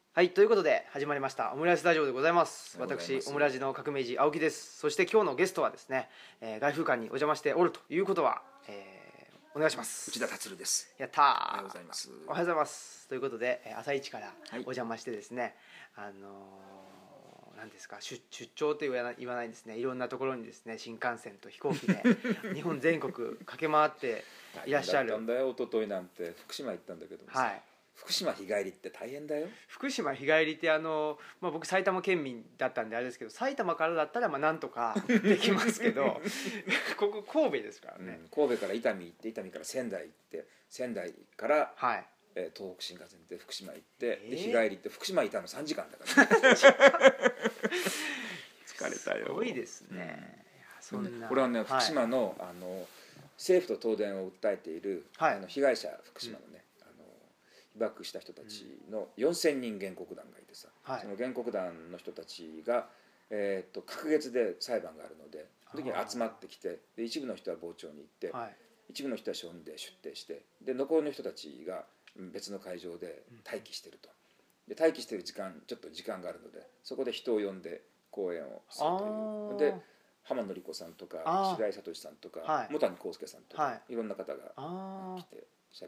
はい、ということで始まりましたオムライスラジオでございます。 おはようございます私オムラジの革命児青木です。そして今日のゲストはですね、外風館にお邪魔しておるということは、お願いします。 内田達郎です。 やったー。 おはようございます。 おはようございます。ということで朝一からはいお邪魔してですね、何ですか、出張と言わないですね、いろんなところにですね、新幹線と飛行機で日本全国駆け回っていらっしゃる。 大変だったんだよ、一昨日なんて福島行ったんだけどもさ、 はい、 福島日帰りって大変だよ。 福島日帰りって僕埼玉県民だったんであれですけど、埼玉からだったらなんとかできますけどここ神戸ですからね、 神戸から伊丹行って、伊丹から仙台行って、仙台から、 はい、 東北新幹線で福島行って、で日帰り行って福島いたの3時間だからね疲れたよ。 すごいですね、そんなこれはね、福島の、政府と東電を訴えている、 はい、 被害者、福島のね、被爆した人たちの4000人原告団がいてさ、 はい、 その原告団の人たちが、隔月で裁判があるので、その時に集まってきて、で一部の人は傍聴に行って、 はい、 一部の人は証人で出廷して、で残りの人たちが別の会場で待機してると。で待機してるちょっと時間があるので、そこで人を呼んで講演をするという。で浜典子さんとか白井聡さんとか、 はい、 茂谷幸介さんとか、 はい、 いろんな方が来て喋って、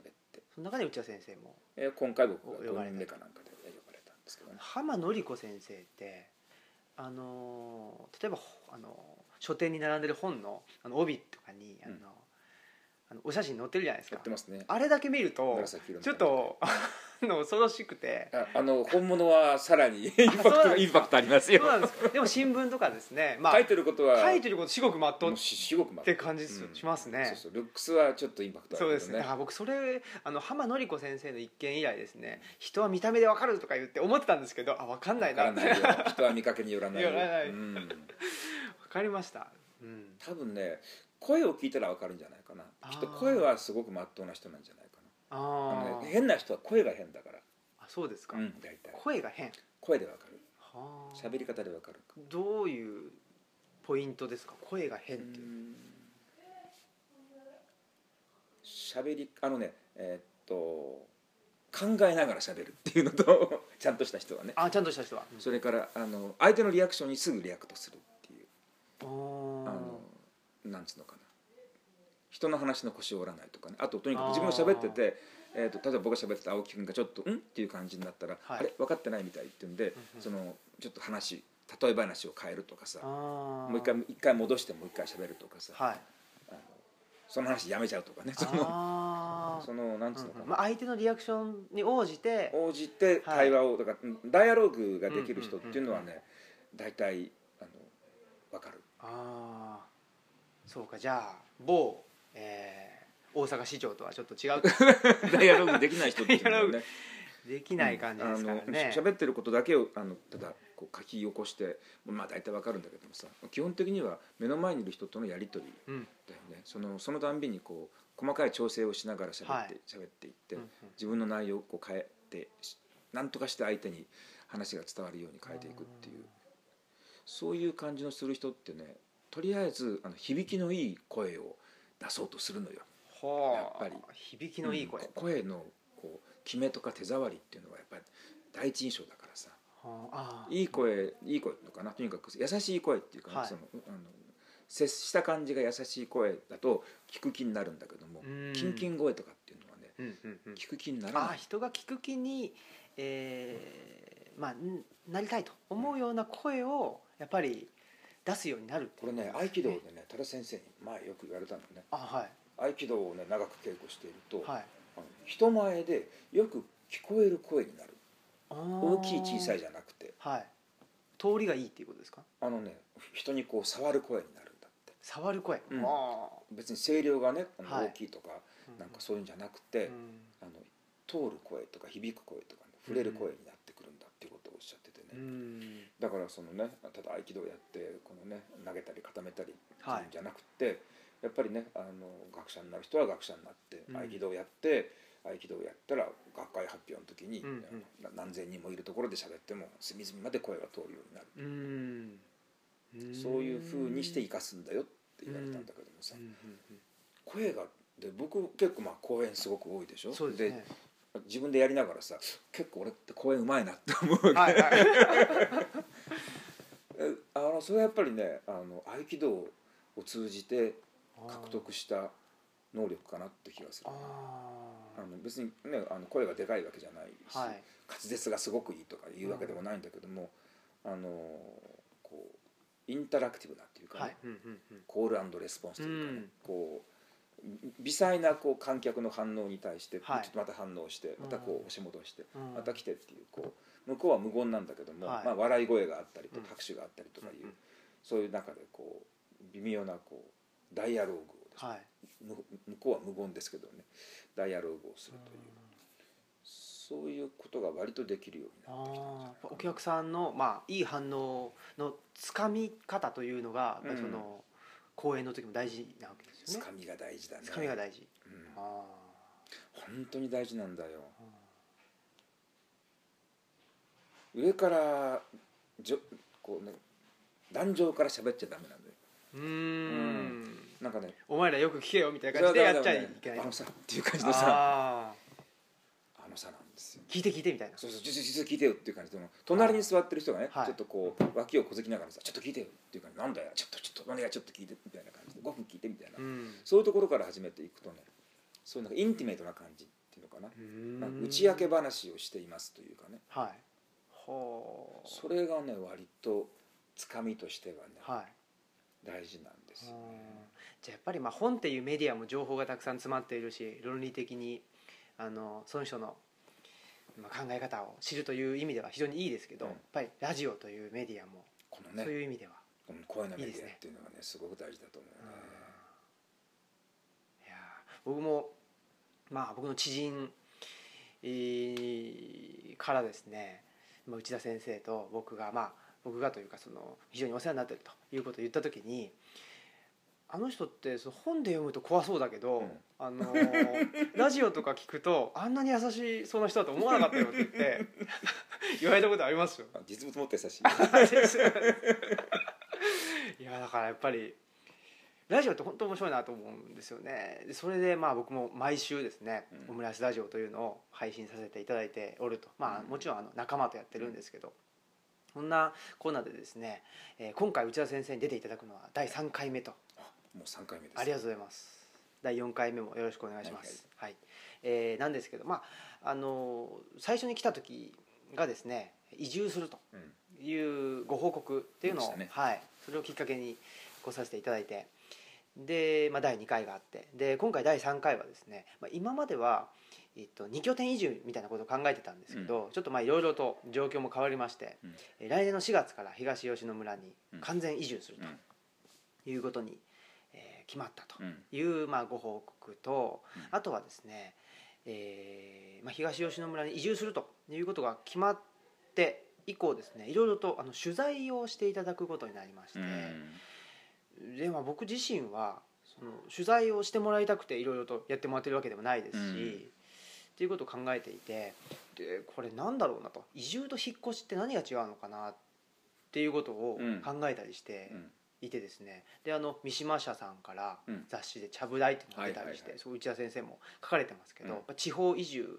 その中で内田先生も、 今回僕が5人目かなんかで呼ばれたんですけどね。 浜典子先生って例えば書店に並んでる本の帯とかにお写真載ってるじゃないですか。 載ってますね。 あれだけ見るとちょっと恐ろしくて、 本物はさらにインパクトありますよ。 そうなんですか。でも新聞とかですね、 書いてること至極まっとうって感じしますね。 そうそう、ルックスはちょっとインパクトあるけどね。 そうですね。だから僕それ浜典子先生の一件以来ですね、人は見た目でわかるとか言って思ってたんですけど、分かんないな。 人は見かけによらないよ。 分かりました。 多分ね、声を聞いたら分かるんじゃないかな。きっと声はすごくまっとうな人なんじゃないかな。変な人は声が変だから。 あ、そうですか。 大体声が変。 声で分かる。喋り方で分かる。 どういうポイントですか、声が変っていう。 喋り考えながら喋るっていうのとちゃんとした人はね。 ちゃんとした人は。 それから相手のリアクションにすぐリアクトするっていう。なんつうのかな、人の話の腰を折らないとかね。あととにかく自分が喋ってて、例えば僕が喋ってて青木君がちょっとっていう感じになったら、あれ分かってないみたいっていうんで、ちょっと例え話を変えるとかさ、もう一回戻してもう一回喋るとかさ、その話やめちゃうとかね。なんつうのかな、 相手のリアクションに応じて対話を、だからダイアログができる人っていうのはね、大体分かる。 そうか。じゃあ某大阪市長とはちょっと違うダイアログできない人っていうのはねできない感じですからね。 喋ってることだけをただこう書き起こして、まあ大体わかるんだけどもさ、基本的には目の前にいる人とのやり取りだよね。そのたんびにこう細かい調整をしながら喋っていって、自分の内容をこう変えて、なんとかして相手に話が伝わるように変えていくっていう、そういう感じのする人ってね、とりあえず響きのいい声を出そうとするのよ。やっぱり響きのいい声、 声のこう決めとか手触りっていうのはやっぱり第一印象だからさ、いい声のかな、とにかく優しい声っていうか、接した感じが優しい声だと聞く気になるんだけども、キンキン声とかっていうのはね、聞く気にならない。 人が聞く気に、なりたいと思うような声をやっぱり出すようになる。 これね、合気道でね、多田先生に前よく言われたのね。合気道をね長く稽古していると、人前でよく聞こえる声になる。大きい小さいじゃなくて、 通りがいいっていうことですか。 人にこう触る声になるんだって。 触る声、 別に声量がね大きいとかなんかそういうんじゃなくて、通る声とか響く声とか、触れる声になってくるんだっていうことをおっしゃっててね。だからただ合気道やってこのね投げたり固めたりっていうんじゃなくて、やっぱりね学者になる人は学者になって合気道をやって、合気道をやったら学会発表の時に何千人もいるところで喋っても隅々まで声が通るようになる。そういう風にして生かすんだよって言われたんだけどもさ、声がで僕結構講演すごく多いでしょ。 そうですね。 自分でやりながらさ、結構俺って講演うまいなって思うね。 はいはいそれはやっぱりね合気道を通じて獲得した能力かなって気がする。別にね声がでかいわけじゃないし、 はい、 滑舌がすごくいいとかいうわけでもないんだけども、こうインタラクティブなっていうかね、 はいコール&レスポンスというかね、 うんこう微細なこう観客の反応に対してちょはいっとまた反応してまたこう押し戻してうんまた来てっていうこう向こうは無言なんだけども、 はいまあ、笑い声があったりとうん拍手があったりとかいう、 うんそういう中でこう微妙なこうダイアローグをですね、 はい向こうは無言ですけどねダイアローグをするという、そういうことが割とできるようになってきたんじゃないかな。 お客さんの、いい反応のつかみ方というのが、その講演の時も大事なわけですよね。 つかみが大事だね。 つかみが大事、 本当に大事なんだよ。上からこうね壇上から喋っちゃダメなんだよ。なんかね、 お前らよく聞けよみたいな感じでやっちゃいけない。 あのさっていう感じでさ、あのさなんですよ。 聞いて聞いてみたいな。 そう実は聞いてよっていう感じで、隣に座ってる人がね、 はい、 ちょっとこう脇を小突きながらさ、ちょっと聞いてよっていう感じ、なんだよ、ちょっとお願いちょっと聞いてみたいな感じで、5分聞いてみたいな、そういうところから始めていくとね、そういうなんかインティメートな感じっていうのかな、なんか打ち明け話をしていますというかね、 はい、 それがね割とつかみとしてはね、 はい、 大事なんですよね。 じゃあやっぱり本っていうメディアも情報がたくさん詰まっているし、論理的にその人の考え方を知るという意味では非常にいいですけど、やっぱりラジオというメディアもこの、ね、 そういう意味では声のメディアっていうのがねすごく大事だと思うね。 いや僕も僕の知人からですね、内田先生と僕がというか非常にお世話になっているということを言った時に、あの人って本で読むと怖そうだけど、ラジオとか聞くとあんなに優しそうな人だと思わなかったよって言って言われたことありますよ。 実物もっと優しいいやだからやっぱりラジオって本当面白いなと思うんですよね。でそれで僕も毎週ですね、オムライスラジオというのを配信させていただいておると、もちろん仲間とやってるんですけど、こんなコーナーでですね、今回内田先生に出ていただくのは第3回目と。 もう3回目です。 ありがとうございます。第4回目もよろしくお願いします。はい、なんですけど、最初に来た時がですね、移住するというご報告っていうのを、それをきっかけに来させていただいて、で、第2回があって、で今回第3回はですね、今までは2拠点移住みたいなことを考えてたんですけど、ちょっといろいろと状況も変わりまして、来年の4月から東吉野村に完全移住するということに決まったというご報告と、あとはですね、東吉野村に移住するということが決まって以降ですね、いろいろと取材をしていただくことになりまして、で僕自身は取材をしてもらいたくていろいろとやってもらってるわけでもないですし、っていうことを考えていて、でこれなんだろうなと、移住と引っ越しって何が違うのかなっていうことを考えたりしていてですね、で三島社さんから雑誌で「ちゃぶ台」っていうのが出たりして、内田先生も書かれてますけど、地方移住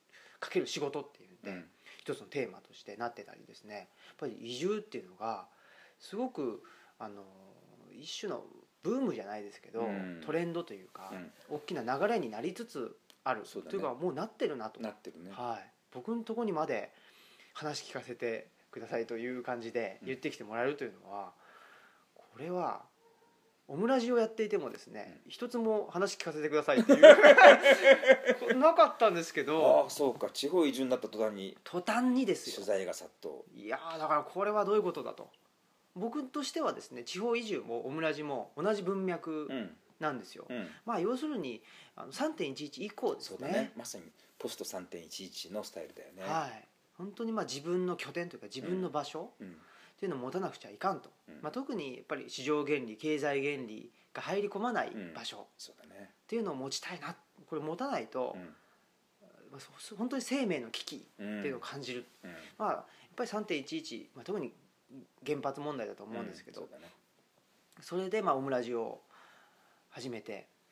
×仕事っていうんで、一つのテーマとしてなってたりですね、やっぱり移住っていうのがすごく一種のブームじゃないですけど、トレンドというか、大きな流れになりつつあるというか、もうなってるなと。 なってるね。 僕のところにまで話聞かせてくださいという感じで言ってきてもらえるというのは、これはオムラジをやっていてもですね、一つも話聞かせてくださいっていうなかったんですけど、 そうか、地方移住になった途端にですよ、 取材が殺到。 いやだからこれはどういうことだと。僕としてはですね、地方移住もオムラジも同じ文脈なんですよ。要するに3.11 以降ですね。 そうだね、まさにポスト3.11のスタイルだよね。 本当に自分の拠点というか自分の場所っていうのを持たなくちゃいかんと、特にやっぱり市場原理経済原理が入り込まない場所っていうのを持ちたいな、これ持たないと、本当に生命の危機っていうのを感じる、やっぱり 3.11、特に原発問題だと思うんですけど、それでオムラジを始めて、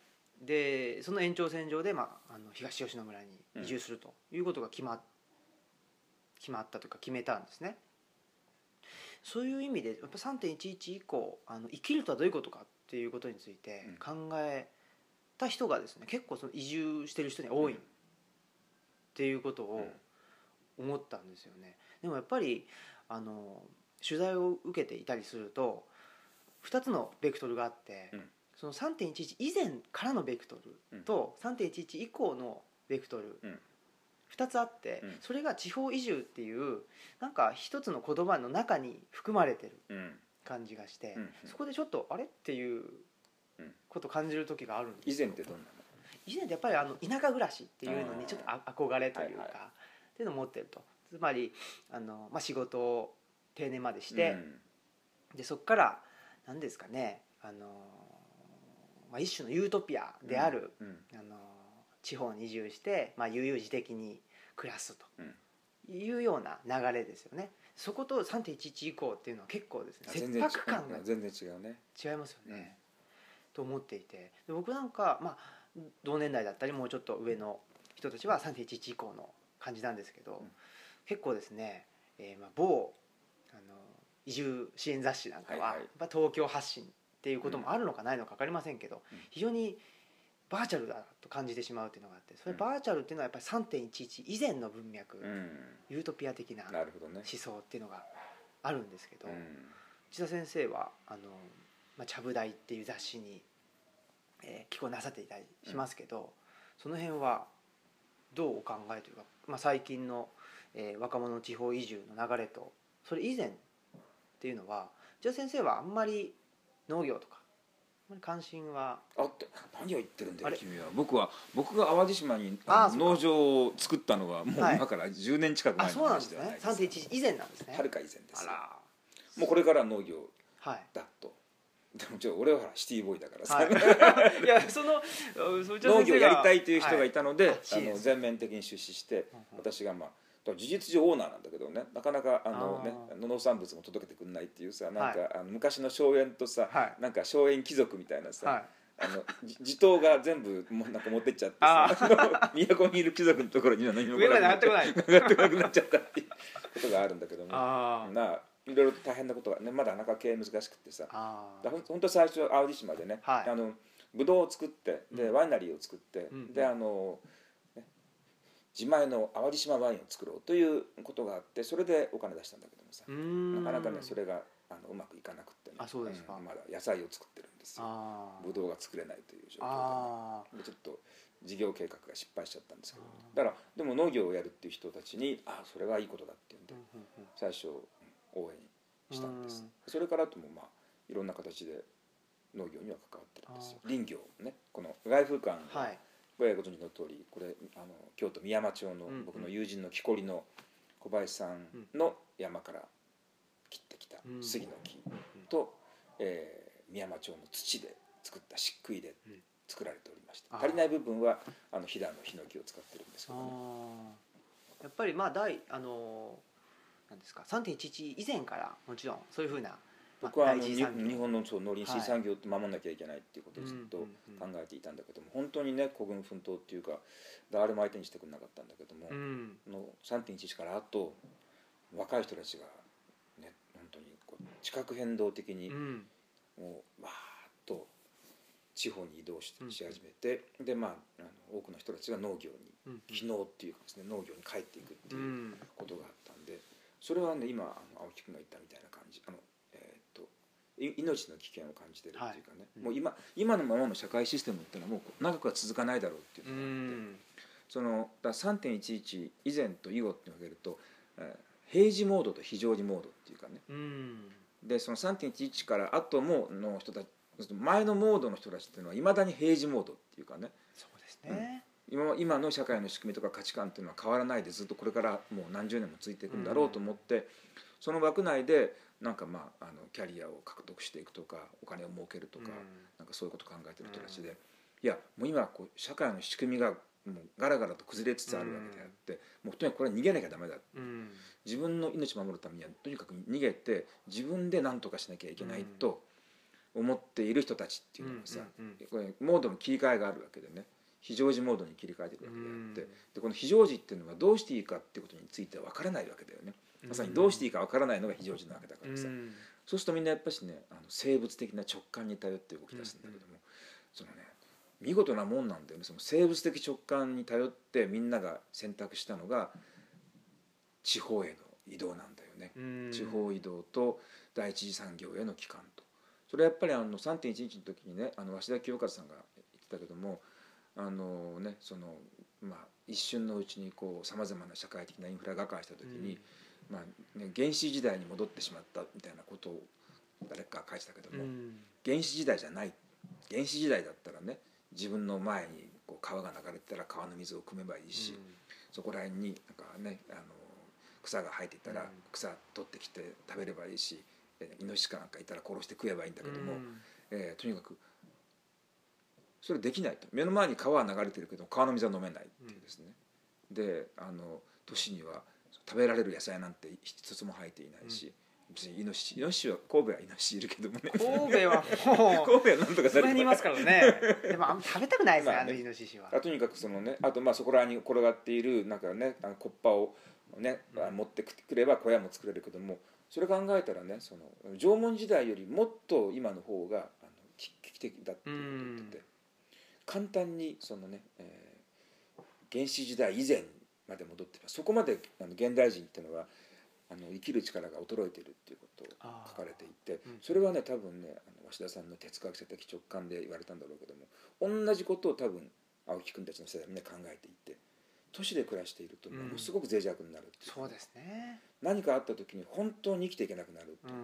でその延長線上で、東吉野村に移住するということが決まったというか決めたんですね。そういう意味でやっぱ 3.11 以降生きるとはどういうことかっていうことについて考えた人がですね、結構その移住してる人に多いっていうことを思ったんですよね。でもやっぱり取材を受けていたりすると2つのベクトルがあって、その 3.11 以前からのベクトルと 3.11 以降のベクトル、2つあって、それが地方移住っていうなんか一つの言葉の中に含まれてる感じがして、そこでちょっとあれっていうことを感じる時があるんですよ。 以前ってどんなの？ 以前ってやっぱり田舎暮らしっていうのにちょっと憧れというか、っていうのを持ってると。つまり仕事を定年までして、でそこから何ですかね、一種のユートピアである、地方に移住して、悠々自適に暮らすというような流れですよね。そこと 3.11 以降っていうのは結構ですね、切迫感が全然違うね。 違いますよね、と思っていて、で僕なんか、同年代だったりもうちょっと上の人たちは 3.11 以降の感じなんですけど、結構ですね、某移住支援雑誌なんかは、やっぱ東京発信っていうこともあるのかないのか分かりませんけど、非常にバーチャルだと感じてしまうっていうのがあって、それバーチャルっていうのはやっぱり 3.11 以前の文脈、ユートピア的な思想っていうのがあるんですけど、内田先生はちゃぶ台っていう雑誌に、寄稿なさっていたりしますけど、その辺はどうお考えというか、最近の、若者地方移住の流れとそれ以前っていうのは、内田先生はあんまり農業とか関心はあって、何を言ってるんだよ君は。僕が淡路島に農場を作ったのはもう今から10年近く前の話ではないですか。 そうなんですね。3.11以前なんですね。 はるか以前ですよ。もうこれから農業だと、でも俺はほらシティボーイだからさ、 いや農業やりたいという人がいたので、全面的に出資して、私が事実上オーナーなんだけどね、なかなか農産物も届けてくれないっていうさ、なんか昔の荘園とさ、なんか荘園貴族みたいなさ、地頭が全部なんか持ってっちゃってさ、都にいる貴族のところには何も上まで上がってこない上がってこなくなっちゃったっていうことがあるんだけども、いろいろ大変なことがね、まだなかなか経営難しくてさ、本当最初淡路島でね、ブドウを作って、でワイナリーを作って、で自前の淡路島ワインを作ろうということがあって、それでお金出したんだけどもさ、なかなかねそれがうまくいかなくてね、 そうですか。 まだ野菜を作ってるんですよ。ブドウが作れないという状況で、ね、でちょっと事業計画が失敗しちゃったんですけど、だからでも農業をやるっていう人たちにそれはいいことだっていうんで、最初応援したんです。それからともいろんな形で農業には関わってるんですよ。林業ね、この外風館、ご存知の通り、これ京都美山町の僕の友人の木こりの小林さんの山から切ってきた杉の木と、美山町の土で作った漆喰で作られておりまして、足りない部分は飛騨のヒノキを使ってるんですけどね。 やっぱりなんですか、3.11 以前からもちろんそういうふうな、 僕は日本の農林水産業って守らなきゃいけないっていうことをずっと考えていたんだけども、本当にね孤軍奮闘っていうか誰も相手にしてくれなかったんだけども、3.11 からあと若い人たちがね本当に地殻変動的にもうわーっと地方に移動し始めて、で多くの人たちが農業に帰農っていうかですね、農業に帰っていくっていうことがあったんで、それはね今青木君が言ったみたいな感じ、命の危険を感じてるっていうかね、もう今のままの社会システムっていうのはもう長くは続かないだろうっていうのがあって、その3.11 以前と以後っていうのを挙げると、平時モードと非常時モードっていうかね、でその 3.11 から後もの人たち、前のモードの人たちっていうのはいまだに平時モードっていうかね、 そうですね、 今の社会の仕組みとか価値観っていうのは変わらないでずっとこれからもう何十年も続いていくんだろうと思って、その枠内でなんかキャリアを獲得していくとかお金を儲けるとか、なんかそういうことを考えてる人たちで、いやもう今社会の仕組みがもうガラガラと崩れつつあるわけであって、もうとにかくこれは逃げなきゃダメだ、自分の命を守るためにはとにかく逃げて自分で何とかしなきゃいけないと、 思っている人たちっていうのはさ、これモードの切り替えがあるわけでね、非常時モードに切り替えてるわけであって、でこの非常時っていうのはどうしていいかっていうことについては分からないわけだよね。まさにどうしていいか分からないのが非常時なわけだからさ、そうするとみんなやっぱしね、生物的な直感に頼って動き出すんだけども、そのね見事なもんなんだよね。その生物的直感に頼ってみんなが選択したのが地方への移動なんだよね。地方移動と第一次産業への帰還と、それはやっぱり3.11 の時にね、鷲田清和さんが言ってたけども、その一瞬のうちにさまざまな社会的なインフラが破壊した時に、原始時代に戻ってしまったみたいなことを誰かが書いてたけども、原始時代じゃない。原始時代だったらね、自分の前に川が流れてたら川の水を汲めばいいし、そこら辺に草が生えていたら草取ってきて食べればいいし、イノシシかなんかいたら殺して食えばいいんだけども、とにかくそれできないと。目の前に川は流れてるけど川の水は飲めないっていうですね、で都市には食べられる野菜なんて一つも生えていないし、別にイノシシは神戸はイノシシいるけどもね、 神戸はもう神戸はなんとかそれにいますからね。でもあんま食べたくないですね、イノシシは。 とにかくそのね、あとそこらに転がっているなんかね、コッパをね、持ってくれば小屋も作れるけども、それ考えたらね、その縄文時代よりもっと今の方が危機的だっていうことを言ってて、簡単にそのね、原始時代以前まで戻って、そこまで現代人っていうのは生きる力が衰えているっていうことを書かれていて、それはね多分ね鷲田さんの哲学的直感で言われたんだろうけども、同じことを多分青木君たちの世代はみんな考えていて、都市で暮らしているとものすごく脆弱になるっていう、 そうですね、 何かあった時に本当に生きていけなくなるっていう、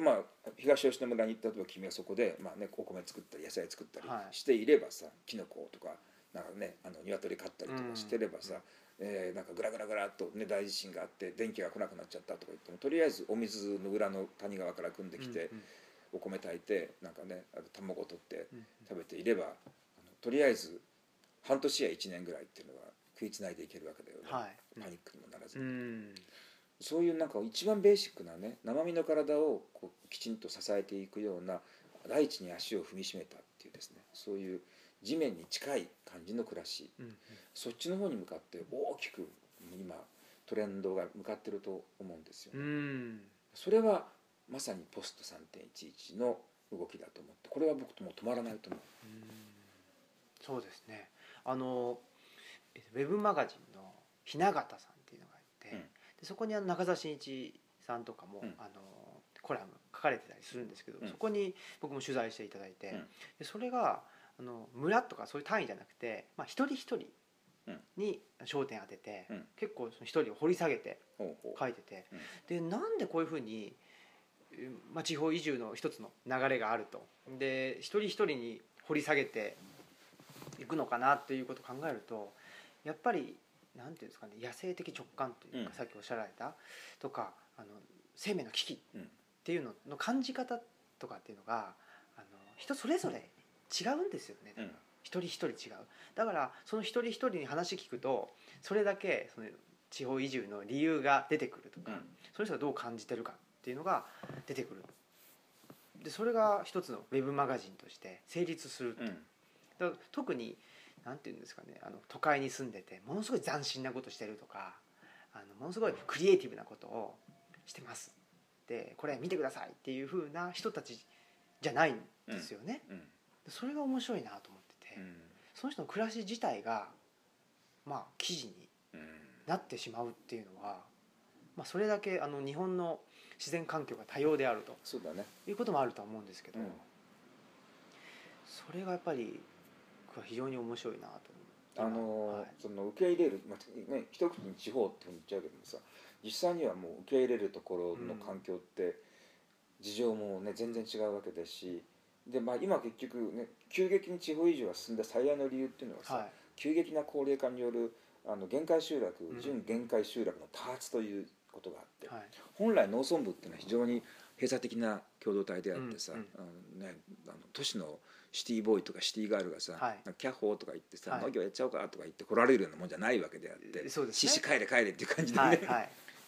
で東吉野村に行った時は君はそこで、お米作ったり野菜作ったりしていればさ、キノコとかなんかね鶏飼ったりとかしてればさ、なんかグラグラグラっと、ね、大地震があって電気が来なくなっちゃったとか言っても、とりあえずお水の裏の谷川から汲んできて、お米炊いてなんかね卵を取って食べていれば、とりあえず半年や1年ぐらいっていうのは食いつないでいけるわけだよね、パニックにもならずに、そういうなんか一番ベーシックなね、生身の体をきちんと支えていくような大地に足を踏みしめたっていうですね、そういう地面に近い感じの暮らし、そっちの方に向かって大きく今トレンドが向かってると思うんですよね。それはまさにポスト 3.11 の動きだと思って、これは僕とも止まらないと思う。 そうですね、ウェブマガジンの雛形さんっていうのがあって、でそこに中澤真一さんとかも、コラム書かれてたりするんですけど、そこに僕も取材していただいて、でそれが村とかそういう単位じゃなくて、一人一人に焦点当てて、結構その一人を掘り下げて書いてて、でなんでこういうふうに、地方移住の一つの流れがあると、で一人一人に掘り下げていくのかなっていうことを考えると、やっぱりなんていうんですかね、野生的直感というか、さっきおっしゃられたとか、生命の危機っていうのの感じ方とかっていうのが人それぞれ違うんですよね。一人一人違う。だからその一人一人に話聞くと、それだけその地方移住の理由が出てくるとか、その人がどう感じてるかっていうのが出てくる。でそれが一つのウェブマガジンとして成立する。だから特になんていうんですかね、都会に住んでてものすごい斬新なことしてるとか、ものすごいクリエイティブなことをしてますで、これ見てくださいっていう風な人たちじゃないんですよね。それが面白いなと思ってて、その人の暮らし自体が記事になってしまうっていうのは、それだけ日本の自然環境が多様であるということもあるとは思うんですけど、それがやっぱり非常に面白いなと思って、 その受け入れる、一口に地方って言っちゃうけどもさ、実際にはもう受け入れるところの環境って事情もね全然違うわけですし、で今結局ね急激に地方移住が進んだ最大の理由っていうのはさ、急激な高齢化による限界集落、準限界集落の多発ということがあって、本来農村部っていうのは非常に閉鎖的な共同体であってさ、都市のシティボーイとかシティガールがさ、キャッホーとか言ってさ、農業やっちゃおうかとか言って来られるようなもんじゃないわけであって、シシ帰れ帰れっていう感じでね、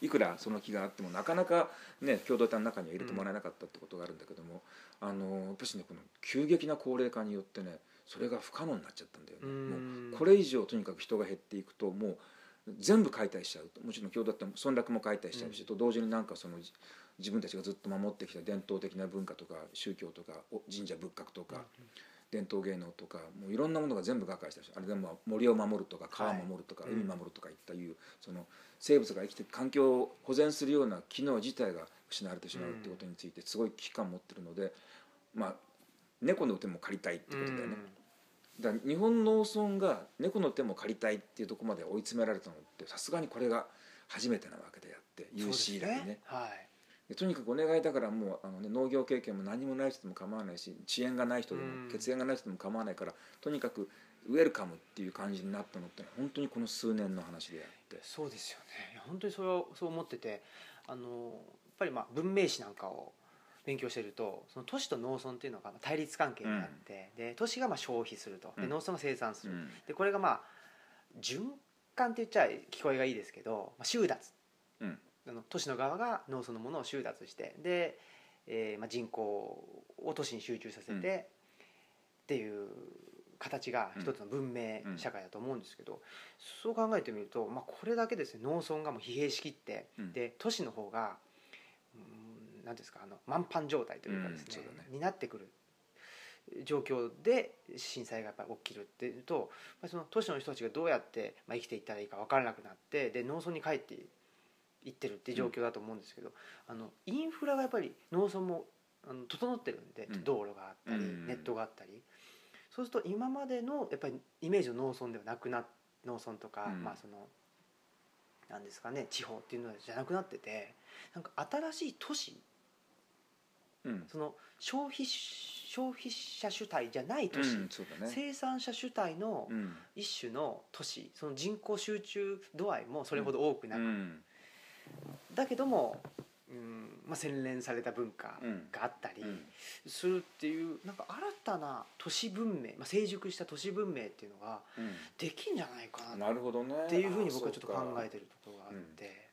いくらその気があってもなかなかね共同体の中には入れてもらえなかったってことがあるんだけども、やっぱしねこの急激な高齢化によってねそれが不可能になっちゃったんだよね。もうこれ以上とにかく人が減っていくともう全部解体しちゃうと、もちろん共同体も村落も解体しちゃうし、と同時になんかその自分たちがずっと守ってきた伝統的な文化とか宗教とか神社仏閣とか、伝統芸能とかもういろんなものが全部瓦解したし、あれでも森を守るとか川を守るとか海を守るとかいったいうその生物が生きて環境を保全するような機能自体が失われてしまうってことについてすごい危機感を持ってるので、まあ猫の手も借りたいってことだよね。だから日本農村が猫の手も借りたいっていうところまで追い詰められたのってさすがにこれが初めてなわけであって、有史以来ね。でとにかくお願いだからもう農業経験も何もない人でも構わないし、遅延がない人でも血縁がない人でも構わないから、とにかくウェルカムっていう感じになったのって本当にこの数年の話であって。 そうですよね。本当にそう思ってて、やっぱり文明史なんかを勉強していると、その都市と農村っていうのが対立関係にあって、で都市が消費すると、で農村が生産する、でこれが循環って言っちゃ聞こえがいいですけど、収奪、都市の側が農村のものを収奪して、で、人口を都市に集中させて、っていう形が一つの文明社会だと思うんですけど、そう考えてみると、これだけですね農村がもう疲弊しきって、で都市の方が何ですか満帆状態というかですね、になってくる状況で震災がやっぱり起きるっていうと、その都市の人たちがどうやって生きていったらいいか分からなくなって、で農村に帰っていってるっていう状況だと思うんですけど、インフラがやっぱり農村も整ってるんで、道路があったりネットがあったり、そうすると今までのやっぱりイメージの農村ではなくなっ農村とか、そのなんですかね、地方っていうのじゃなくなってて、なんか新しい都市、その消費者主体じゃない都市、生産者主体の一種の都市、その人口集中度合いもそれほど多くなく、だけども洗練された文化があったりするっていう、なんか新たな都市文明、成熟した都市文明っていうのができんじゃないかなっていうふうに僕はちょっと考えてるところがあって、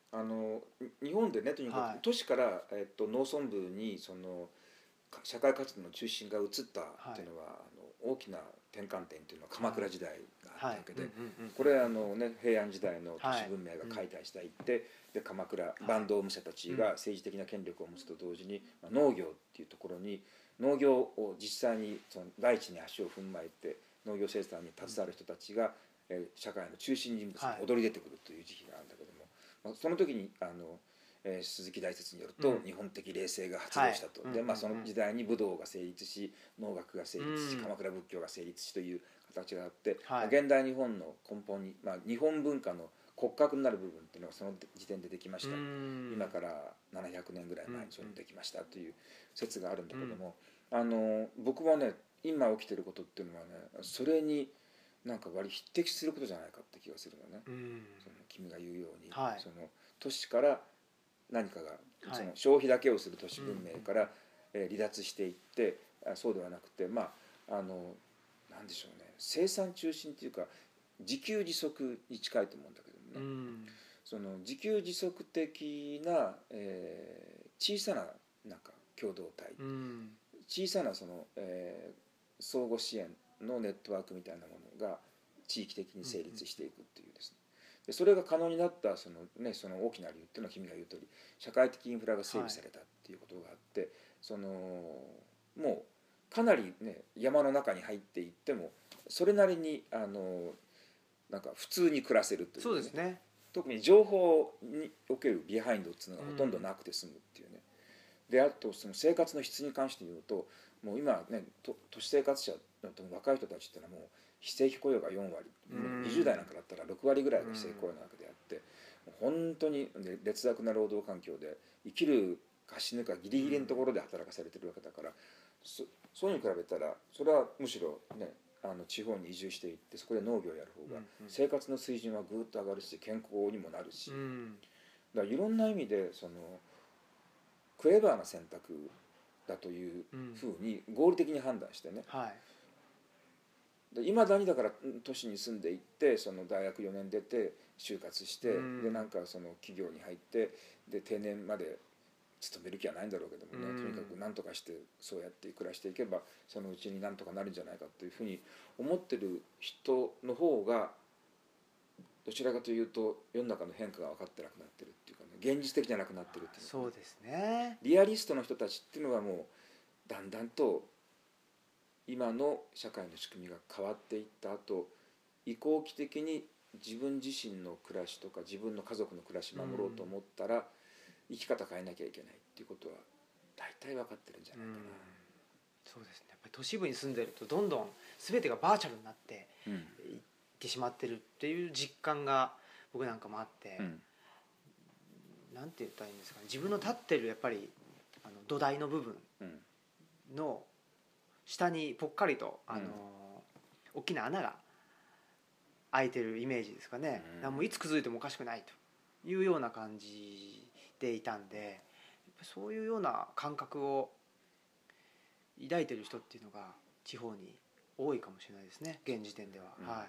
日本でねとにかく都市から、農村部にその社会活動の中心が移ったっていうのは、大きな転換点というのは鎌倉時代があったわけで、これ平安時代の都市文明が解体していって、で鎌倉坂東武者たちが政治的な権力を持つと同時に、農業っていうところに農業を実際にその大地に足を踏まえて農業生産に携わる人たちが、社会の中心人物に躍り出てくるという時期があるんだけども、その時に鈴木大拙によると、日本的霊性が発動したと、でその時代に武道が成立し農学が成立し鎌倉仏教が成立しという形があって、現代日本の根本に、日本文化の骨格になる部分っていうのがその時点でできました、今から700年ぐらい前にそれできましたという説があるんだけども、僕はね今起きてることっていうのはね、それになんか割り匹敵することじゃないかって気がするのね、その君が言うように、その都市から何かがその消費だけをする都市文明から離脱していって、そうではなくてなんでしょうね、生産中心っていうか自給自足に近いと思うんだけどもね、その自給自足的な、小さななんか共同体、小さなその、相互支援のネットワークみたいなものが地域的に成立していくっていうですね、でそれが可能になったその大きな理由っていうのは君が言う通り社会的インフラが整備されたっていうことがあって、そのもうかなりね山の中に入っていってもそれなりになんか普通に暮らせるという、 そうですね、 特に情報におけるビハインドっていうのがほとんどなくて済むっていうね、であとその生活の質に関して言うと、もう今ね都市生活者の若い人たちっていうのはもう非正規雇用が4割、20代なんかだったら6割ぐらいが非正規雇用なわけであって、本当に劣悪な労働環境で生きるか死ぬかギリギリのところで働かされてるわけだから、そういうのに比べたらそれはむしろね地方に移住していってそこで農業をやる方が生活の水準はぐっと上がるし健康にもなるし、だからいろんな意味でそのクレバーな選択だというふうに合理的に判断してね、いまだにだから都市に住んでいってその大学4年出て就活して、でなんかその企業に入ってで定年まで勤める気はないんだろうけどもね、とにかく何とかしてそうやって暮らしていけばそのうちに何とかなるんじゃないかというふうに思ってる人の方がどちらかというと世の中の変化が分かってなくなってるっていうかね、現実的じゃなくなってるっていうか、 そうですね。 リアリストの人たちっていうのはもうだんだんと今の社会の仕組みが変わっていった後、移行期的に自分自身の暮らしとか自分の家族の暮らし守ろうと思ったら、生き方変えなきゃいけないっていうことは大体分かってるんじゃないかな。 そうですね。やっぱり都市部に住んでるとどんどん全てがバーチャルになっていってしまってるっていう実感が僕なんかもあって、なんて言ったらいいんですかね、自分の立ってるやっぱり土台の部分の下にぽっかりと大きな穴が開いてるイメージですかね。もういつ崩れてもおかしくないというような感じでいたんで、やっぱそういうような感覚を抱いてる人っていうのが地方に多いかもしれないですね、現時点では。はい。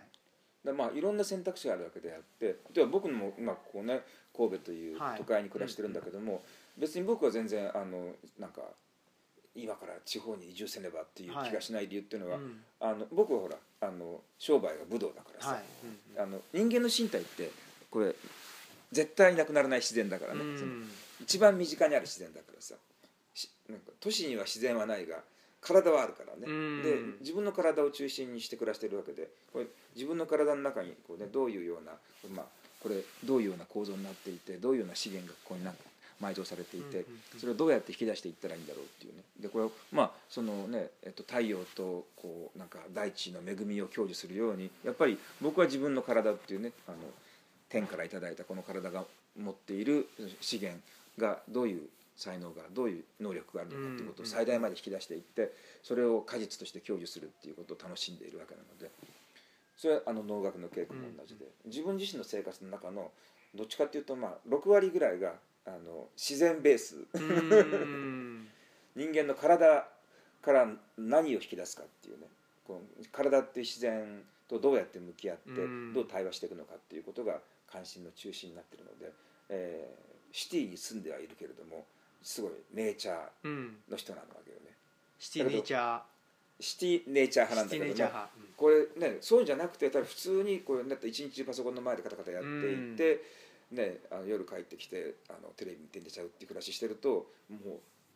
まあいろんな選択肢があるわけであって、例えば僕も今ここね神戸という都会に暮らしてるんだけども、別に僕は全然なんか今から地方に移住せねばっていう気がしない理由っていうのは、僕はほら商売が武道だからさ、人間の身体ってこれ絶対なくならない自然だからね、その一番身近にある自然だからさ、なんか都市には自然はないが体はあるからね、で自分の体を中心にして暮らしているわけで、これ自分の体の中にこう、ね、どういうような、これどういうような構造になっていて、どういうような資源がここに埋蔵されていて、それをどうやって引き出していったらいいんだろうっていうね。でこれそのね、太陽とこうなんか大地の恵みを享受するように、やっぱり僕は自分の体っていうね、天からいただいたこの体が持っている資源がどういう才能がどういう能力があるのかということを最大まで引き出していって、それを果実として享受するっていうことを楽しんでいるわけなので、それは能楽の稽古も同じで、自分自身の生活の中のどっちかっていうと6割ぐらいが自然ベース人間の体から何を引き出すかっていうね、この体っていう自然とどうやって向き合ってどう対話していくのかっていうことが関心の中心になっているので、シティに住んではいるけれどもすごいネイチャーの人なわけよね。 シティネイチャーシティネイチャー派なんだけども、これねそうじゃなくて、ただ普通にこうだって一日中パソコンの前でカタカタやっていって、ね、夜帰ってきてテレビ見て寝ちゃうっていう暮らししてると、もう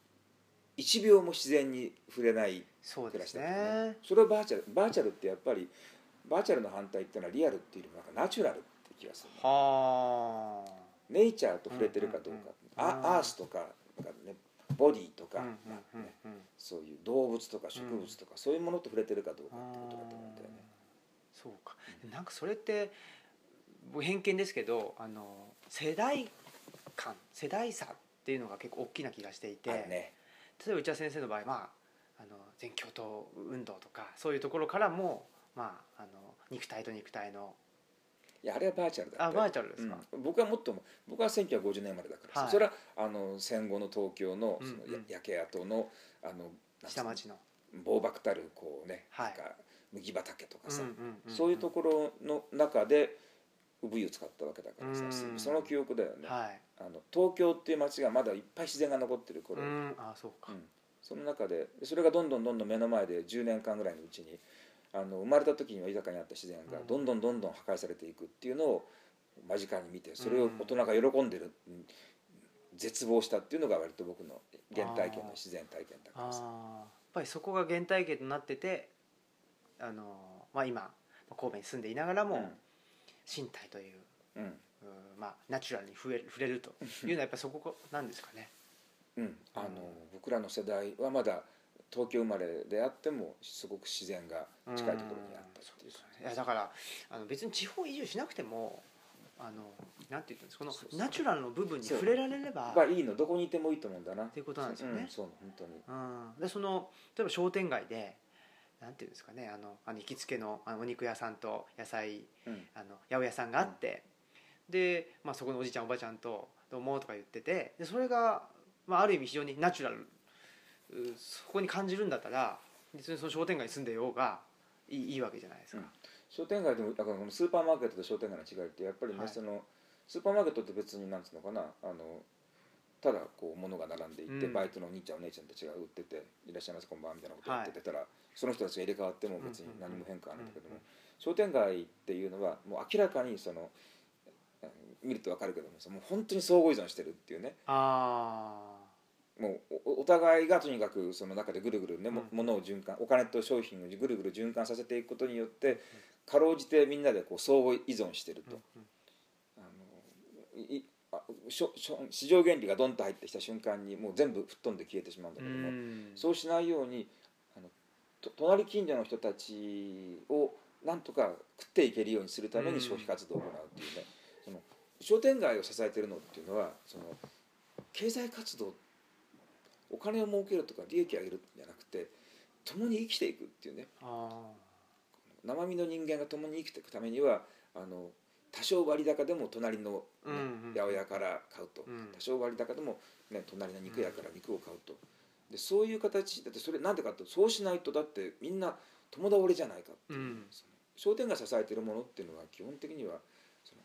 1秒も自然に触れない暮らしだったね。それはバーチャルってやっぱりバーチャルの反対っていうのはリアルっていうよりもナチュラルって気がする、ね、はネイチャーと触れてるかどうか、アースとか、ね、ボディとか、そういう動物とか植物とか、そういうものと触れてるかどうかってことだと思うんだよね。 そうか。なんかそれって偏見ですけど、世代間世代差っていうのが結構大きな気がしていて、例えば内田先生の場合、全共闘運動とかそういうところからも、肉体と肉体の、 いやあれはバーチャルだって。 バーチャルですか。 僕は1950年生まれだから、それは戦後の東京のその焼け跡の下町の暴漠たるこうね、なんか麦畑とかさ、そういうところの中で産湯使ったわけだからさ、その記憶だよね。東京っていう街がまだいっぱい自然が残ってる頃、 そうか。 その中でそれがどんどん目の前で10年間ぐらいのうちに生まれた時には豊かにあった自然がどんどん破壊されていくっていうのを間近に見て、それを大人が喜んでる、絶望したっていうのが割と僕の原体験の自然体験だからさ、 やっぱりそこが原体験となってて、今神戸に住んでいながらも、身体という、ナチュラルに触れるというのはやっぱりそこなんですかね。 僕らの世代はまだ東京生まれであってもすごく自然が近いところにあったっていう。 いやだから別に地方移住しなくてもなんて言ったんですか、このナチュラルの部分に触れられればいいの、どこにいてもいいと思うんだなっていうことなんですよね。 そう本当に。 で例えば商店街でなんていうんですかね、行きつけのお肉屋さんと野菜、八百屋さんがあって、で、そこのおじちゃんおばちゃんとどうもとか言ってて、でそれが、ある意味非常にナチュラル、そこに感じるんだったら別にその商店街に住んでようがいいわけじゃないですか。 商店街でもだからこのスーパーマーケットと商店街の違いってやっぱりね、そのスーパーマーケットって別になんつうのかな、ただこう物が並んでいて、バイトのお兄ちゃんお姉ちゃんたちが売ってて「いらっしゃいませこんばんは」みたいなことをやってたら、その人たちが入れ替わっても別に何も変化はないんだけども、商店街っていうのはもう明らかにその見ると分かるけどももう本当に相互依存してるっていうね。もうお互いがとにかくその中でぐるぐるね、物を循環、お金と商品をぐるぐる循環させていくことによってかろうじてみんなでこう相互依存してると。市場原理がドンと入ってきた瞬間にもう全部吹っ飛んで消えてしまうんだけども、そうしないように隣近所の人たちをなんとか食っていけるようにするために消費活動を行うっていうね、その商店街を支えているのっていうのはその経済活動、お金を儲けるとか利益を上げるんじゃなくて共に生きていくっていうね、生身の人間が共に生きていくためには多少割高でも隣の、八百屋から買うと、多少割高でも、隣の肉屋から肉を買うと、でそういう形だって、それなんでかってそうしないとだってみんな共倒れじゃないかっていう、その商店が支えているものっていうのは基本的にはそ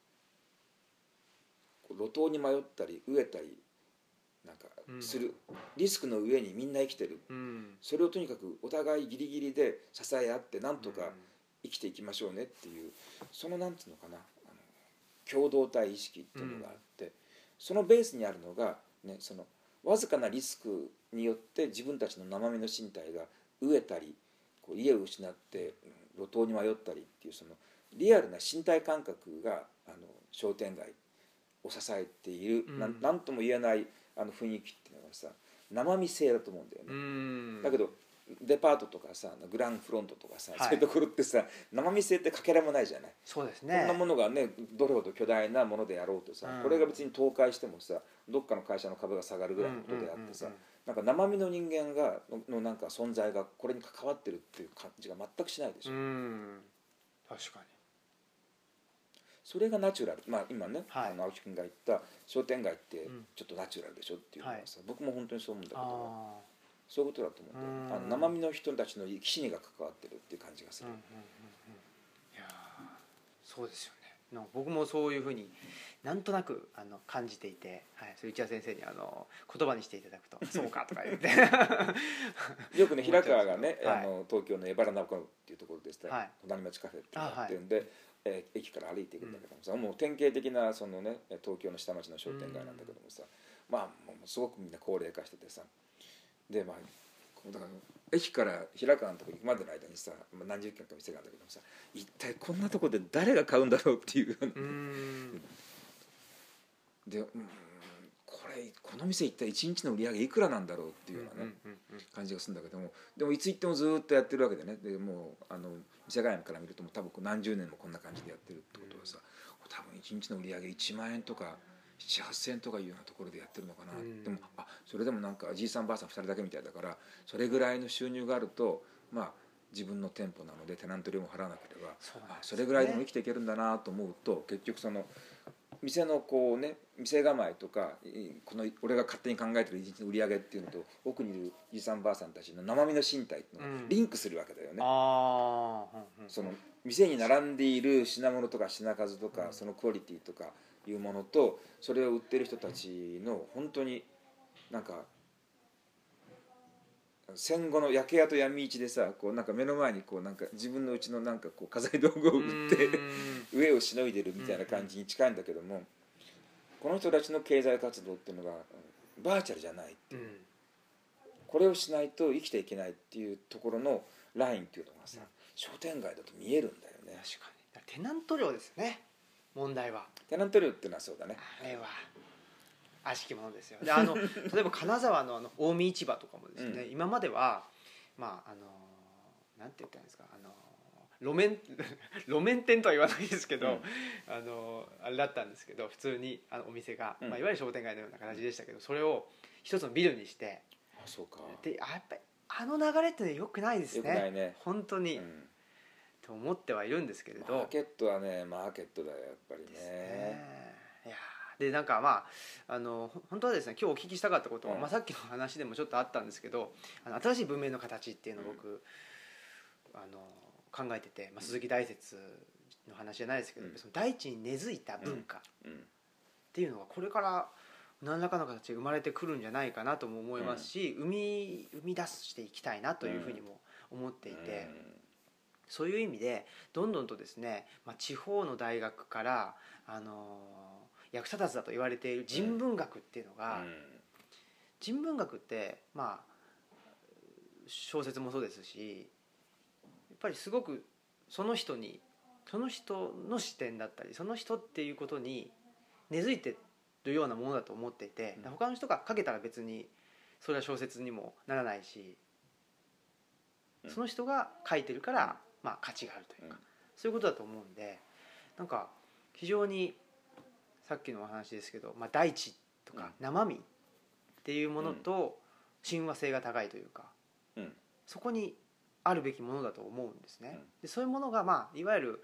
の路頭に迷ったり飢えたりなんかする、リスクの上にみんな生きてる、それをとにかくお互いギリギリで支え合ってなんとか生きていきましょうねっていう、そのなんていうのかな、共同体意識っていうのがあって、そのベースにあるのが、ね、そのわずかなリスクによって自分たちの生身の身体が飢えたりこう家を失って路頭に迷ったりっていう、そのリアルな身体感覚が商店街を支えている、なんとも言えない雰囲気っていうのがさ生身性だと思うんだよね。だけどデパートとかさグランフロントとかさ、そういうところってさ生身性ってかけらもないじゃない。 そうですね。 こんなものがねどれほど巨大なものであろうとさ、これが別に倒壊してもさどっかの会社の株が下がるぐらいのことであってさ、なんか生身の人間がのなんか存在がこれに関わってるっていう感じが全くしないでしょ。 確かにそれがナチュラル、今ね、青木君が言った商店街ってちょっとナチュラルでしょっていうのはさ、僕も本当にそう思うんだけど、そういうことだと思うんだよ。生身の人たちの生き死にが関わってるっていう感じがする。 いやそうですよね。僕もそういうふうになんとなく感じていて、それ内田先生に言葉にしていただくとそうかとか言ってよくね平川がね、東京の江原中野っていうところでした、隣町カフェってやってるんで、駅から歩いていくんだけどもさ、もう典型的なそのね東京の下町の商店街なんだけどもさ、もうすごくみんな高齢化しててさ、でだから駅から平川のところ行くまでの間にさ、何十軒か店があるんだけどもさ、一体こんなとこで誰が買うんだろうっていうでこの店一体1日の売り上げいくらなんだろうっていうようなね感じがするんだけども、でもいつ行ってもずっとやってるわけでね、でもう店側から見るともう多分何十年もこんな感じでやってるってことはさ、多分1日の売り上げ1万円とか7、8,000円とかいうようなところでやってるのかな、でもそれでもなんかじいさんばあさん2人だけみたいだから、それぐらいの収入があると自分の店舗なのでテナント料も払わなければ それぐらいでも生きていけるんだなと思うと、結局その店のこうね店構えとかこの俺が勝手に考えてる一日の売り上げっていうのと奥にいるじいさんばあさんたちの生身の身体っていうのがリンクするわけだよね。その店に並んでいる品物とか品数とかそのクオリティとかいうものと、それを売ってる人たちの本当になんか戦後の焼け跡闇市でさ、こうなんか目の前にこうなんか自分のうちのなんかこう家財道具を売って上をしのいでるみたいな感じに近いんだけども、この人たちの経済活動っていうのがバーチャルじゃないっていう、これをしないと生きていけないっていうところのラインっていうのがさ、商店街だと見えるんだよね。 確かにテナント料ですよね、問題は。 テナント料っていうのはそうだね、 あれは悪しきものですよ。で例えば金沢の近江市場とかもですね、今まではなんて言ったらいいんですか、路面店とは言わないですけど、あれだったんですけど、普通にお店が、いわゆる商店街のような形でしたけど、それを一つのビルにして、 そうか、 でやっぱり流れって良くないですね。 良くないね本当に、と思ってはいるんですけれど、 マーケットはねマーケットだよやっぱりね。 いやでなんか本当はですね、今日お聞きしたかったことは、さっきの話でもちょっとあったんですけど、新しい文明の形っていうのを僕、 考えてて、鈴木大拙の話じゃないですけど、その大地に根付いた文化っていうのがこれから何らかの形で生まれてくるんじゃないかなとも思いますし、生み出していきたいなというふうにも思っていて、そういう意味でどんどんとですね、地方の大学から役立たずだと言われている人文学っていうのが、人文学って小説もそうですし、やっぱりすごくその人の視点だったり、その人っていうことに根付いてるようなものだと思っていて、他の人が書けたら別にそれは小説にもならないし、その人が書いてるから価値があるというか、そういうことだと思うんで、なんか非常にさっきのお話ですけど、大地とか生身っていうものと親和性が高いというか、そこにあるべきものだと思うんですね。でそういうものがいわゆる、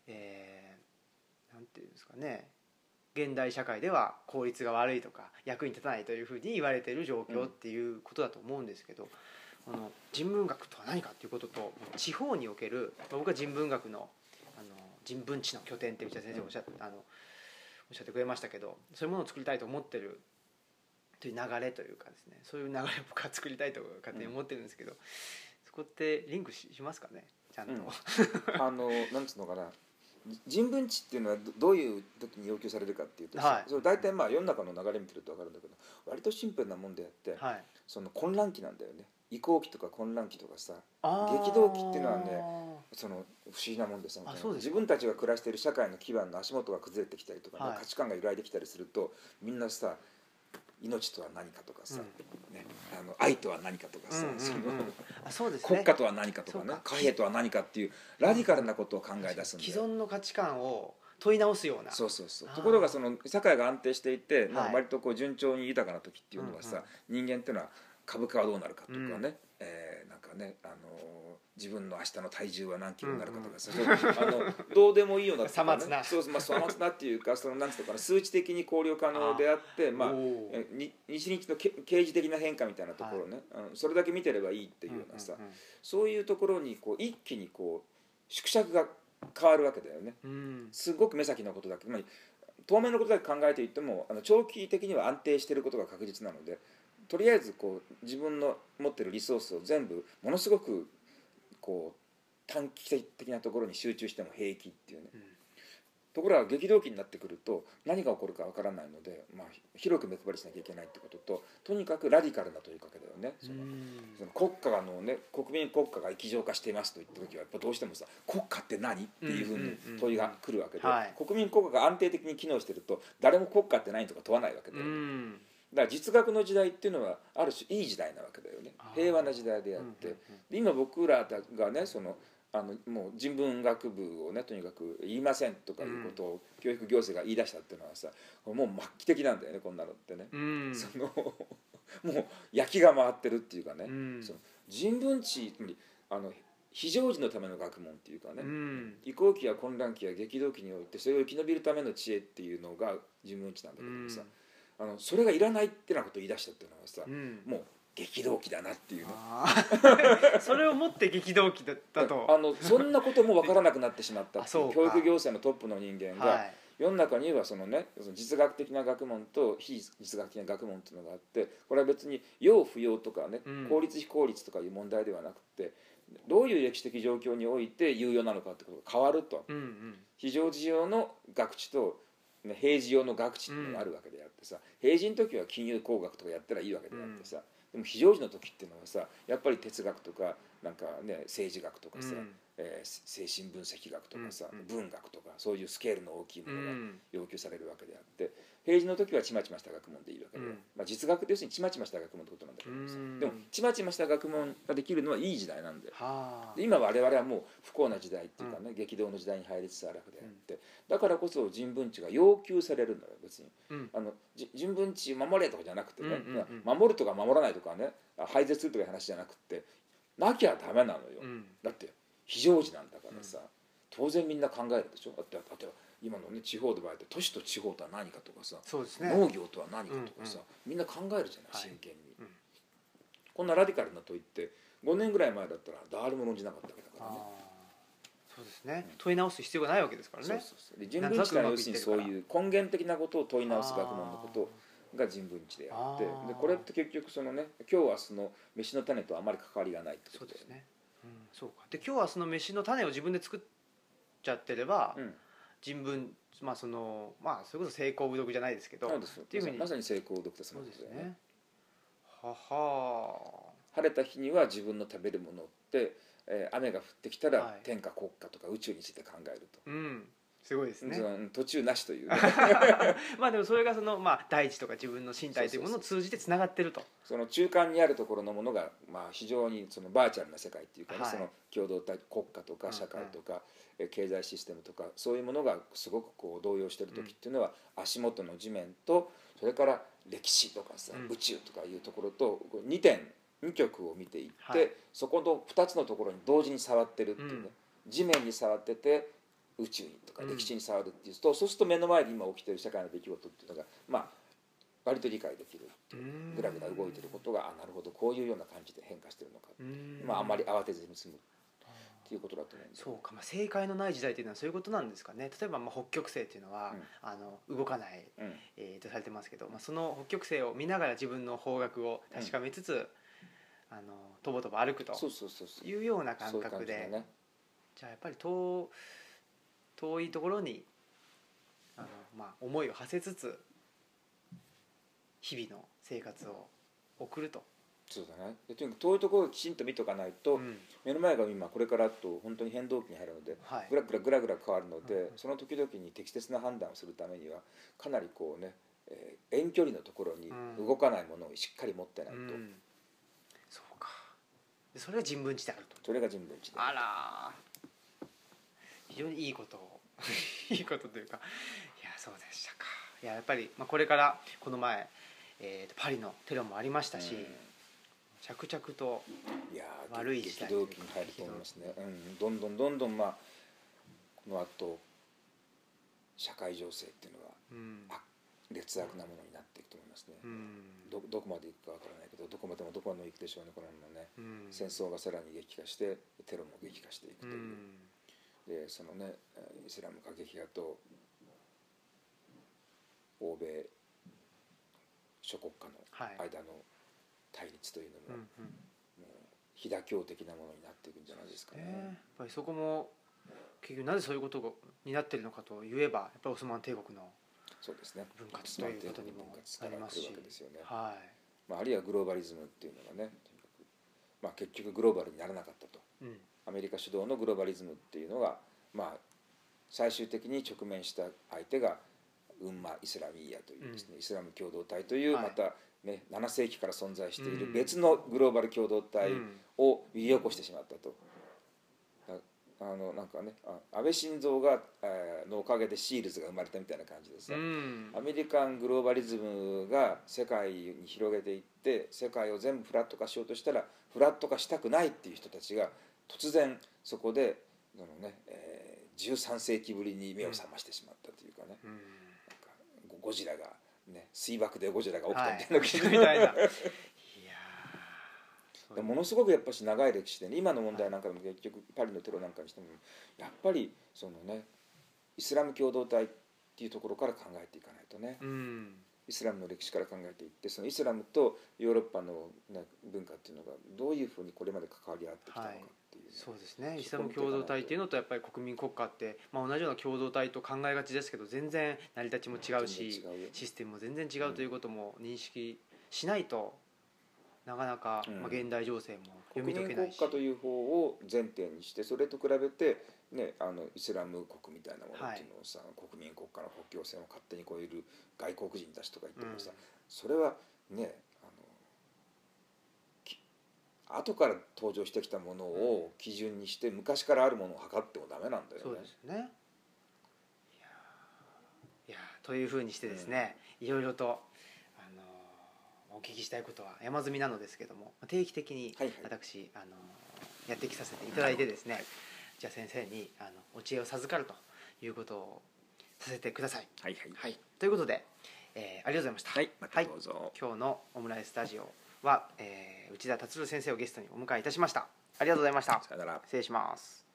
なんていうんですかね、現代社会では効率が悪いとか役に立たないというふうに言われている状況っていうことだと思うんですけど、この人文学とは何かということと、地方における、僕は人文学の人文地の拠点って内田先生おっしゃってくれましたけど、そういうものを作りたいと思ってるという流れというかですね、そういう流れを僕は作りたいと勝手に思ってるんですけど、そこってリンクしますかね、ちゃんと。 なんつうのかな、人文知っていうのはどういう時に要求されるかっていうと、それ大体世の中の流れ見てると分かるんだけど、割とシンプルなもんであって、その混乱期なんだよね。移行期とか混乱期とかさ、激動期っていうのはね、その不思議なもんです。自分たちが暮らしている社会の基盤の足元が崩れてきたりとか、価値観が揺らいできたりすると、みんなさ、命とは何かとかさ、愛とは何かとかさ、国家とは何かとかね、貨幣とは何かっていうラディカルなことを考え出すんだよ。 既存の価値観を問い直すような。 そうところがその社会が安定していて、割とこう順調に豊かな時っていうのはさ、人間っていうのは株価はどうなるかとかね、なんかね、自分の明日の体重は何キロになるかとかさ、どうでもいいようなさまつな、 さまつなっていうか、なんつうのかな、数値的に考慮可能であって、日々の啓示的な変化みたいなところね、それだけ見てればいいっていうようなさ、そういうところにこう一気にこう縮尺が変わるわけだよね。すごく目先のことだけど、当面のことだけ考えていっても長期的には安定していることが確実なので、とりあえずこう自分の持っているリソースを全部ものすごくこう短期的なところに集中しても平気っていうね、ところが激動期になってくると何が起こるかわからないので、広く目配りしなきゃいけないってことと、とにかくラディカルな問いかけだよね。その国家のね、国民国家が液状化していますと言った時はやっぱどうしてもさ、国家って何っていうふうに問いが来るわけで、国民国家が安定的に機能してると誰も国家って何とか問わないわけだよね。だから実学の時代っていうのはある種いい時代なわけだよね。平和な時代であって、で今僕らがね、もう人文学部をねとにかく言いませんとかいうことを教育行政が言い出したっていうのはさ、もう末期的なんだよね、こんなのってね。もう焼きが回ってるっていうかね、その人文知、つまり非常時のための学問っていうかね、移行期や混乱期や激動期においてそれを生き延びるための知恵っていうのが人文知なんだけどもさ、それがいらないってなことを言い出したっていうのはさ、もう激動期だなっていうね。 それをもって激動期だったとそんなことも分からなくなってしまったっていう教育行政のトップの人間が、世の中にはその実学的な学問と非実学的な学問っていうのがあって、これは別に要不要とかね、効率非効率とかいう問題ではなくて、どういう歴史的状況において有用なのかってことが変わると、非常時用の学知と平時用の学知っていうのがあるわけであってさ、平時の時は金融工学とかやったらいいわけであってさ、でも非常時の時っていうのはさ、やっぱり哲学とかなんかね、政治学とかさ、精神分析学とかさ、文学とかそういうスケールの大きいものが要求されるわけであって、平時の時はちまちました学問でいいわけで、実学って要するにちまちました学問ってことなんだけどさ、でもちまちました学問ができるのはいい時代なんで、今我々はもう不幸な時代っていうかね、激動の時代に入りつつあるわけであって、だからこそ人文知が要求されるのよ。別に人文知守れとかじゃなくてね、守るとか守らないとかね、廃絶するとかいう話じゃなくて、なきゃダメなのよ。だって非常時なんだからさ、当然みんな考えるでしょ。だって例えば今のね、地方で場合って都市と地方とは何かとかさ、農業とは何かとかさ、みんな考えるじゃない、真剣に。こんなラディカルな問いって5年ぐらい前だったら誰も論じなかったわけだからね。 そうですね、問い直す必要がないわけですからね。 そうそうそうで人文知というのは要するにそういう根源的なことを問い直す学問のことが人文知であって、でこれって結局そのね今日明日の飯の種とあまり関わりがないってことで。 そうですね、そうか。で今日明日の飯の種を自分で作っちゃってれば、人文そのそれこそ成功無読じゃないですけど、 っていうふうにまさに成功無読ってそのことだよね。 はは。 晴れた日には自分の食べるものって、雨が降ってきたら天下国家とか宇宙について考えると、 すごいですね。 途中なしという、ね、 でもそれがその、大地とか自分の身体というものを通じてつながってると。 その中間にあるところのものが、非常にそのバーチャルな世界っていうかね、その共同体国家とか社会とか、経済システムとかそういうものがすごくこう動揺してる時っていうのは、足元の地面とそれから歴史とかさ、宇宙とかいうところと2極を見ていって、そこの2つのところに同時に触ってるっていうね、地面に触ってて宇宙にとか歴史に触るっていうと、そうすると目の前で今起きてる社会の出来事っていうのが割と理解できるっていう、ぐらぐら動いてることがなるほどこういうような感じで変化してるのか、あんまり慌てずに済むっていうことだと思うんです。 そうか、正解のない時代というのはそういうことなんですかね。例えば北極星っていうのは、動かない、とされてますけど、その北極星を見ながら自分の方角を確かめつつ、とぼとぼ歩くというような感覚で、じゃあやっぱり遠いところに思いを馳せつつ日々の生活を送ると。 そうだね。とにかく遠いところをきちんと見とかないと、目の前が今これからと本当に変動期に入るので、ぐらぐら変わるので、その時々に適切な判断をするためにはかなりこうね、遠距離のところに動かないものをしっかり持ってないと、 そうか。それが人文知であると。 それが人文知である。 あら、非常にいいことをいいことというか、いやそうでしたか。いややっぱり、これからこの前、パリのテロもありましたし、着々と悪い時代激動期に入ると思いますね。どんどんこの後社会情勢っていうのは、劣悪なものになっていくと思いますね。どこまでいくかわからないけど、どこまでもいくでしょうね。このままね、戦争がさらに激化してテロも激化していくという、でそのねイスラム過激派と欧米諸国家の間の対立というのも、もう飛騨教的なものになっていくんじゃないですかね。 やっぱりそこも結局なぜそういうことになっているのかといえば、やっぱりオスマン帝国のそうですね、 分割ということにもなりますし、 あるいはグローバリズムっていうのがね、結局グローバルにならなかったと、アメリカ主導のグローバリズムっていうのが、最終的に直面した相手がイスラミーヤというですね、イスラム共同体というまたね、7世紀から存在している別のグローバル共同体を呼び起こしてしまったと。なんかね、安倍晋三がのおかげでシールズが生まれたみたいな感じでさ、アメリカングローバリズムが世界に広げていって世界を全部フラット化しようとしたらフラット化したくないっていう人たちが突然そこで13世紀ぶりに目を覚ましてしまったというかね、なんかゴジラがね、水爆でゴジラが起きたみたいな気みたいな。 ものすごくやっぱし長い歴史で、ね、今の問題なんかでも結局パリのテロなんかにしてもやっぱりそのねイスラム共同体っていうところから考えていかないとね、イスラムの歴史から考えていって、そのイスラムとヨーロッパの、ね、文化っていうのがどういうふうにこれまで関わり合ってきたのかっていう、 そうですね。イスラム共同体っていうのとやっぱり国民国家って、同じような共同体と考えがちですけど、全然成り立ちも違うし、システムも全然違うということも認識しないと、なかなか、現代情勢も読み解けないし、 国民国家という方を前提にして、それと比べて、ね、イスラム国みたいなものっていうのをさ、国民国家の国境線を勝手に越える外国人たちとか言ってもさ、それはね後から登場してきたものを基準にして昔からあるものを測ってもダメなんだよね。 そうですね。いやというふうにしてですね、いろいろとお聞きしたいことは山積みなのですけども、定期的に私、やってきさせていただいてですね、じゃあ先生にお知恵を授かるということをさせてください。ということで、ありがとうございました。 またどうぞ。 今日のオムライスタジオは、内田達郎先生をゲストにお迎えいたしました。ありがとうございました。 さよなら。 失礼します。